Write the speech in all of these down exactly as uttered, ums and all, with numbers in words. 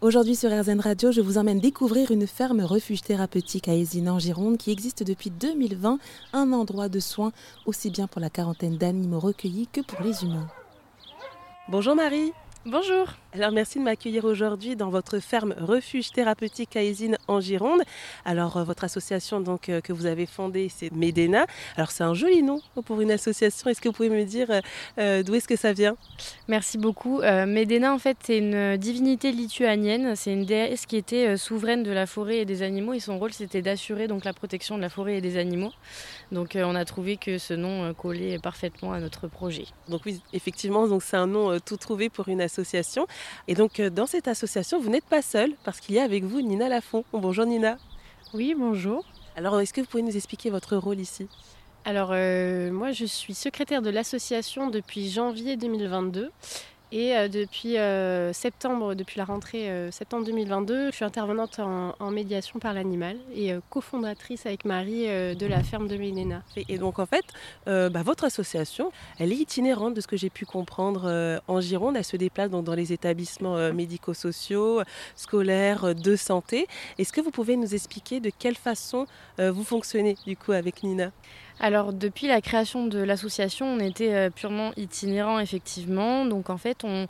Aujourd'hui sur R Z N Radio, je vous emmène découvrir une ferme refuge thérapeutique à Eysines en Gironde qui existe depuis deux mille vingt, un endroit de soins aussi bien pour la quarantaine d'animaux recueillis que pour les humains. Bonjour Marie. Bonjour. Alors merci de m'accueillir aujourd'hui dans votre ferme refuge thérapeutique à Eysines en Gironde. Alors euh, votre association donc euh, que vous avez fondée, c'est Medena. Alors c'est un joli nom pour une association. Est-ce que vous pouvez me dire euh, d'où est-ce que ça vient? Merci beaucoup. Euh, Medena en fait c'est une divinité lituanienne. C'est une déesse qui était euh, souveraine de la forêt et des animaux et son rôle c'était d'assurer donc la protection de la forêt et des animaux. Donc euh, on a trouvé que ce nom euh, collait parfaitement à notre projet. Donc oui, effectivement, donc c'est un nom euh, tout trouvé pour une association. Et donc euh, dans cette association, vous n'êtes pas seule parce qu'il y a avec vous Nina Lafont. Bonjour Nina. Oui, bonjour. Alors est-ce que vous pouvez nous expliquer votre rôle ici? Alors euh, moi je suis secrétaire de l'association depuis janvier deux mille vingt-deux. Et euh, depuis euh, septembre, depuis la rentrée euh, septembre deux mille vingt-deux, je suis intervenante en, en médiation par l'animal et euh, cofondatrice avec Marie euh, de la ferme de Medena. Et donc en fait, euh, bah, votre association, elle est itinérante de ce que j'ai pu comprendre euh, en Gironde. Elle se déplace donc dans les établissements euh, médico-sociaux, scolaires, euh, de santé. Est-ce que vous pouvez nous expliquer de quelle façon euh, vous fonctionnez du coup avec Nina ? Alors depuis la création de l'association, on était euh, purement itinérant effectivement. Donc en fait, on,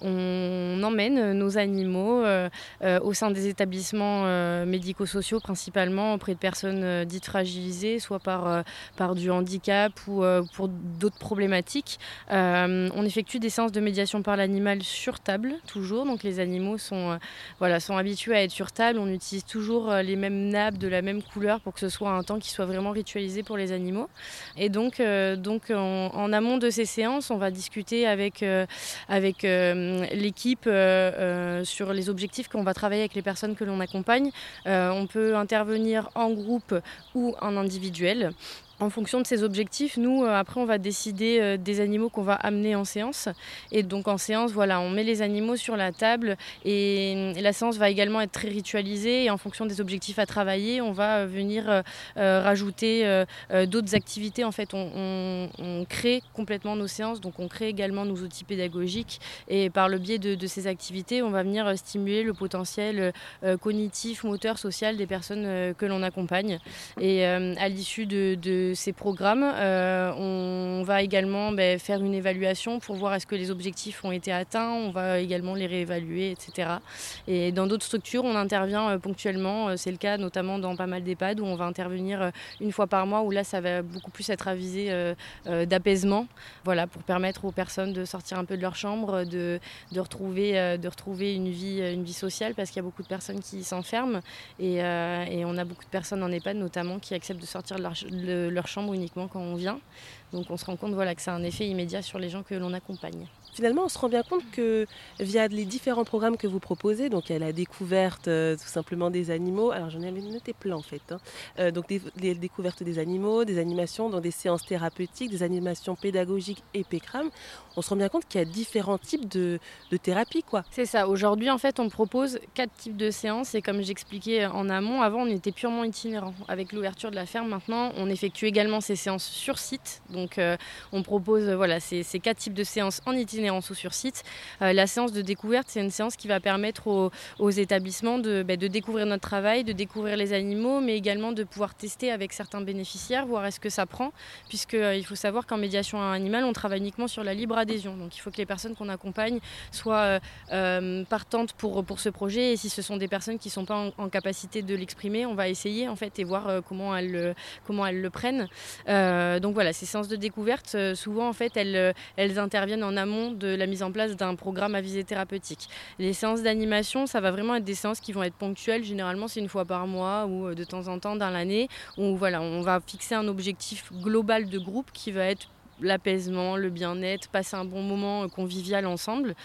on emmène nos animaux euh, euh, au sein des établissements euh, médico-sociaux principalement auprès de personnes euh, dites fragilisées, soit par, euh, par du handicap ou euh, pour d'autres problématiques. Euh, on effectue des séances de médiation par l'animal sur table, toujours. Donc les animaux sont, euh, voilà, sont habitués à être sur table. On utilise toujours euh, les mêmes nappes de la même couleur pour que ce soit un temps qui soit vraiment ritualisé pour les animaux. Et donc, euh, donc en, en amont de ces séances, on va discuter avec, euh, avec euh, l'équipe euh, euh, sur les objectifs qu'on va travailler avec les personnes que l'on accompagne. Euh, on peut intervenir en groupe ou en individuel. En fonction de ces objectifs, nous, euh, après, on va décider euh, des animaux qu'on va amener en séance. Et donc, en séance, voilà, on met les animaux sur la table et, et la séance va également être très ritualisée. Et en fonction des objectifs à travailler, on va euh, venir euh, euh, rajouter euh, euh, d'autres activités. En fait, on, on, on crée complètement nos séances. Donc, on crée également nos outils pédagogiques. Et par le biais de, de ces activités, on va venir euh, stimuler le potentiel euh, cognitif, moteur, social des personnes euh, que l'on accompagne. Et euh, à l'issue de, de ces programmes, euh, on va également ben, faire une évaluation pour voir est-ce que les objectifs ont été atteints, on va également les réévaluer, et cetera. Et dans d'autres structures, on intervient euh, ponctuellement, euh, c'est le cas notamment dans pas mal d'EHPAD où on va intervenir euh, une fois par mois, où là ça va beaucoup plus être à visée euh, euh, d'apaisement, voilà, pour permettre aux personnes de sortir un peu de leur chambre, de, de, retrouver, euh, de retrouver une vie, une vie sociale, parce qu'il y a beaucoup de personnes qui s'enferment et, euh, et on a beaucoup de personnes en EHPAD notamment qui acceptent de sortir de leur, de leur chambre uniquement quand on vient. Donc on se rend compte voilà, que ça a un effet immédiat sur les gens que l'on accompagne. Finalement, on se rend bien compte que via les différents programmes que vous proposez, donc il y a la découverte euh, tout simplement des animaux, alors j'en ai noté plein en fait, hein. euh, donc des, les découvertes des animaux, des animations, donc des séances thérapeutiques, des animations pédagogiques et P C R A M, on se rend bien compte qu'il y a différents types de, de thérapies, quoi. C'est ça, aujourd'hui en fait on propose quatre types de séances et comme j'expliquais en amont, avant on était purement itinérant. Avec l'ouverture de la ferme maintenant, on effectue également ces séances sur site, donc euh, on propose euh, voilà, ces, ces quatre types de séances en itinérance ou sur site. Euh, la séance de découverte, c'est une séance qui va permettre aux, aux établissements de, bah, de découvrir notre travail, de découvrir les animaux, mais également de pouvoir tester avec certains bénéficiaires, voir est-ce que ça prend, puisqu'il euh, faut savoir qu'en médiation animale, on travaille uniquement sur la libre adhésion. Donc il faut que les personnes qu'on accompagne soient euh, euh, partantes pour, pour ce projet, et si ce sont des personnes qui ne sont pas en, en capacité de l'exprimer, on va essayer en fait et voir euh, comment, elles, comment elles le prennent. Euh, donc voilà, ces séances de découverte, euh, souvent en fait, elles, elles interviennent en amont de la mise en place d'un programme à visée thérapeutique. Les séances d'animation, ça va vraiment être des séances qui vont être ponctuelles. Généralement, c'est une fois par mois ou de temps en temps dans l'année, où voilà, on va fixer un objectif global de groupe qui va être l'apaisement, le bien-être, passer un bon moment convivial ensemble.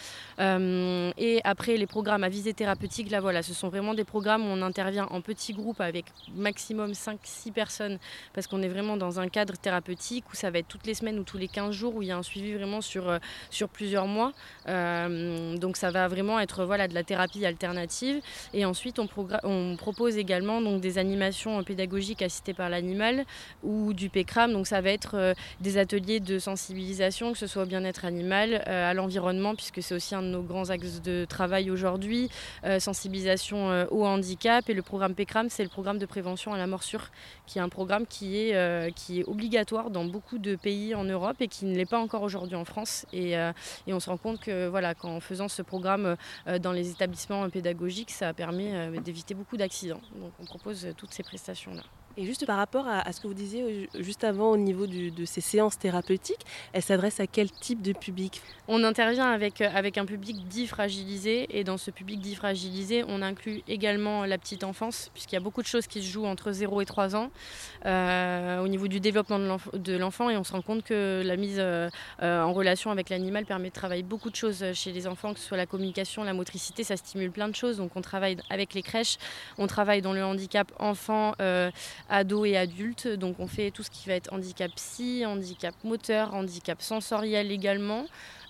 Euh, et après, les programmes à visée thérapeutique, là voilà, ce sont vraiment des programmes où on intervient en petits groupes avec maximum cinq six personnes, parce qu'on est vraiment dans un cadre thérapeutique où ça va être toutes les semaines ou tous les quinze jours, où il y a un suivi vraiment sur, sur plusieurs mois. Euh, donc ça va vraiment être voilà, de la thérapie alternative. Et ensuite, on, progr- on propose également donc, des animations pédagogiques assistées par l'animal ou du P C R A M. Donc ça va être euh, des ateliers ateliers de sensibilisation, que ce soit au bien-être animal, euh, à l'environnement, puisque c'est aussi un de nos grands axes de travail aujourd'hui, euh, sensibilisation euh, au handicap. Et le programme P C R A M, c'est le programme de prévention à la morsure, qui est un programme qui est, euh, qui est obligatoire dans beaucoup de pays en Europe et qui ne l'est pas encore aujourd'hui en France. Et, euh, et on se rend compte que voilà, qu'en faisant ce programme euh, dans les établissements pédagogiques, ça permet euh, d'éviter beaucoup d'accidents. Donc on propose euh, toutes ces prestations-là. Et juste par rapport à, à ce que vous disiez juste avant au niveau du, de ces séances thérapeutiques, elles s'adressent à quel type de public ? On intervient avec, avec un public dit fragilisé, et dans ce public dit fragilisé, on inclut également la petite enfance, puisqu'il y a beaucoup de choses qui se jouent entre zéro et trois ans euh, au niveau du développement de, l'enf- de l'enfant, et on se rend compte que la mise euh, en relation avec l'animal permet de travailler beaucoup de choses chez les enfants, que ce soit la communication, la motricité, ça stimule plein de choses. Donc on travaille avec les crèches, on travaille dans le handicap enfant, euh, ados et adultes, donc on fait tout ce qui va être handicap psy, handicap moteur, handicap sensoriel également.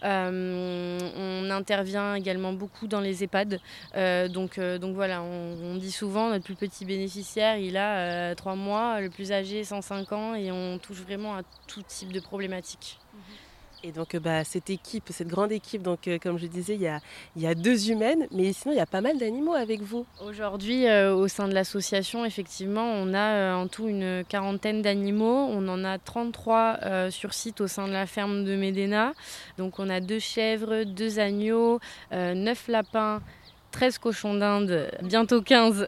Euh, on intervient également beaucoup dans les EHPAD, euh, donc, euh, donc voilà, on, on dit souvent notre plus petit bénéficiaire il a euh, trois mois, le plus âgé cent cinq ans, et on touche vraiment à tout type de problématiques. Et donc bah, cette équipe, cette grande équipe, donc euh, comme je disais, il y a, il y a deux humaines, mais sinon il y a pas mal d'animaux avec vous. Aujourd'hui, euh, au sein de l'association, effectivement, on a euh, en tout une quarantaine d'animaux. On en a trente-trois euh, sur site au sein de la ferme de Médéna. Donc on a deux chèvres, deux agneaux, euh, neuf lapins, treize cochons d'Inde, bientôt quinze,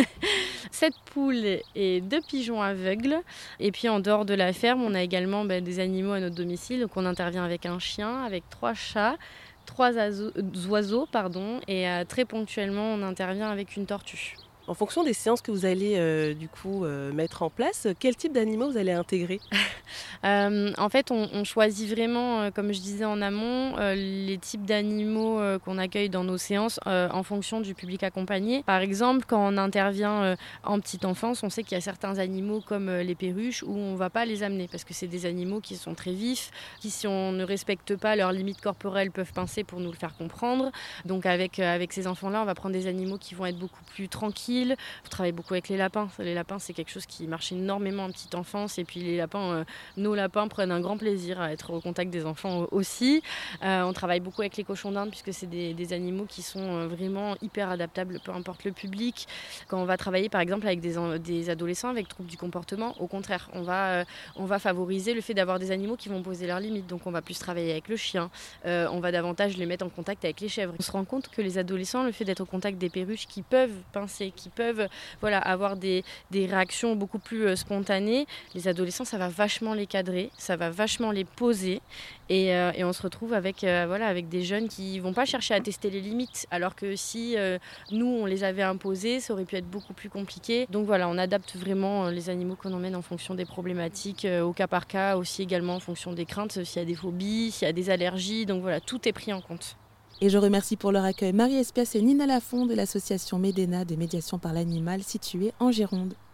sept poules et deux pigeons aveugles. Et puis en dehors de la ferme, on a également bah, des animaux à notre domicile. Donc on intervient avec un chien, avec trois chats, trois azo- oiseaux, pardon, et euh, très ponctuellement, on intervient avec une tortue. En fonction des séances que vous allez euh, du coup euh, mettre en place, quel type d'animaux vous allez intégrer ? Euh, en fait, on, on choisit vraiment, euh, comme je disais en amont, euh, les types d'animaux euh, qu'on accueille dans nos séances euh, en fonction du public accompagné. Par exemple, quand on intervient euh, en petite enfance, on sait qu'il y a certains animaux comme euh, les perruches où on ne va pas les amener parce que c'est des animaux qui sont très vifs, qui si on ne respecte pas leurs limites corporelles peuvent pincer pour nous le faire comprendre. Donc avec, euh, avec ces enfants-là, on va prendre des animaux qui vont être beaucoup plus tranquilles. On travaille beaucoup avec les lapins. Les lapins, c'est quelque chose qui marche énormément en petite enfance. Et puis les lapins, euh, nos lapins prennent un grand plaisir à être au contact des enfants aussi. Euh, on travaille beaucoup avec les cochons d'Inde puisque c'est des, des animaux qui sont vraiment hyper adaptables, peu importe le public. Quand on va travailler par exemple avec des, des adolescents avec troubles du comportement, au contraire, on va, euh, on va favoriser le fait d'avoir des animaux qui vont poser leurs limites. Donc on va plus travailler avec le chien. Euh, on va davantage les mettre en contact avec les chèvres. On se rend compte que les adolescents, le fait d'être au contact des perruches qui peuvent pincer, qui peuvent voilà, avoir des, des réactions beaucoup plus euh, spontanées. Les adolescents, ça va vachement les cadrer, ça va vachement les poser. Et, euh, et on se retrouve avec, euh, voilà, avec des jeunes qui ne vont pas chercher à tester les limites. Alors que si euh, nous, on les avait imposées, ça aurait pu être beaucoup plus compliqué. Donc voilà, on adapte vraiment euh, les animaux qu'on emmène en fonction des problématiques, euh, au cas par cas, aussi également en fonction des craintes, s'il y a des phobies, s'il y a des allergies. Donc voilà, tout est pris en compte. Et je remercie pour leur accueil Marie Espias et Nina Lafond de l'association Médéna de médiation par l'animal située en Gironde.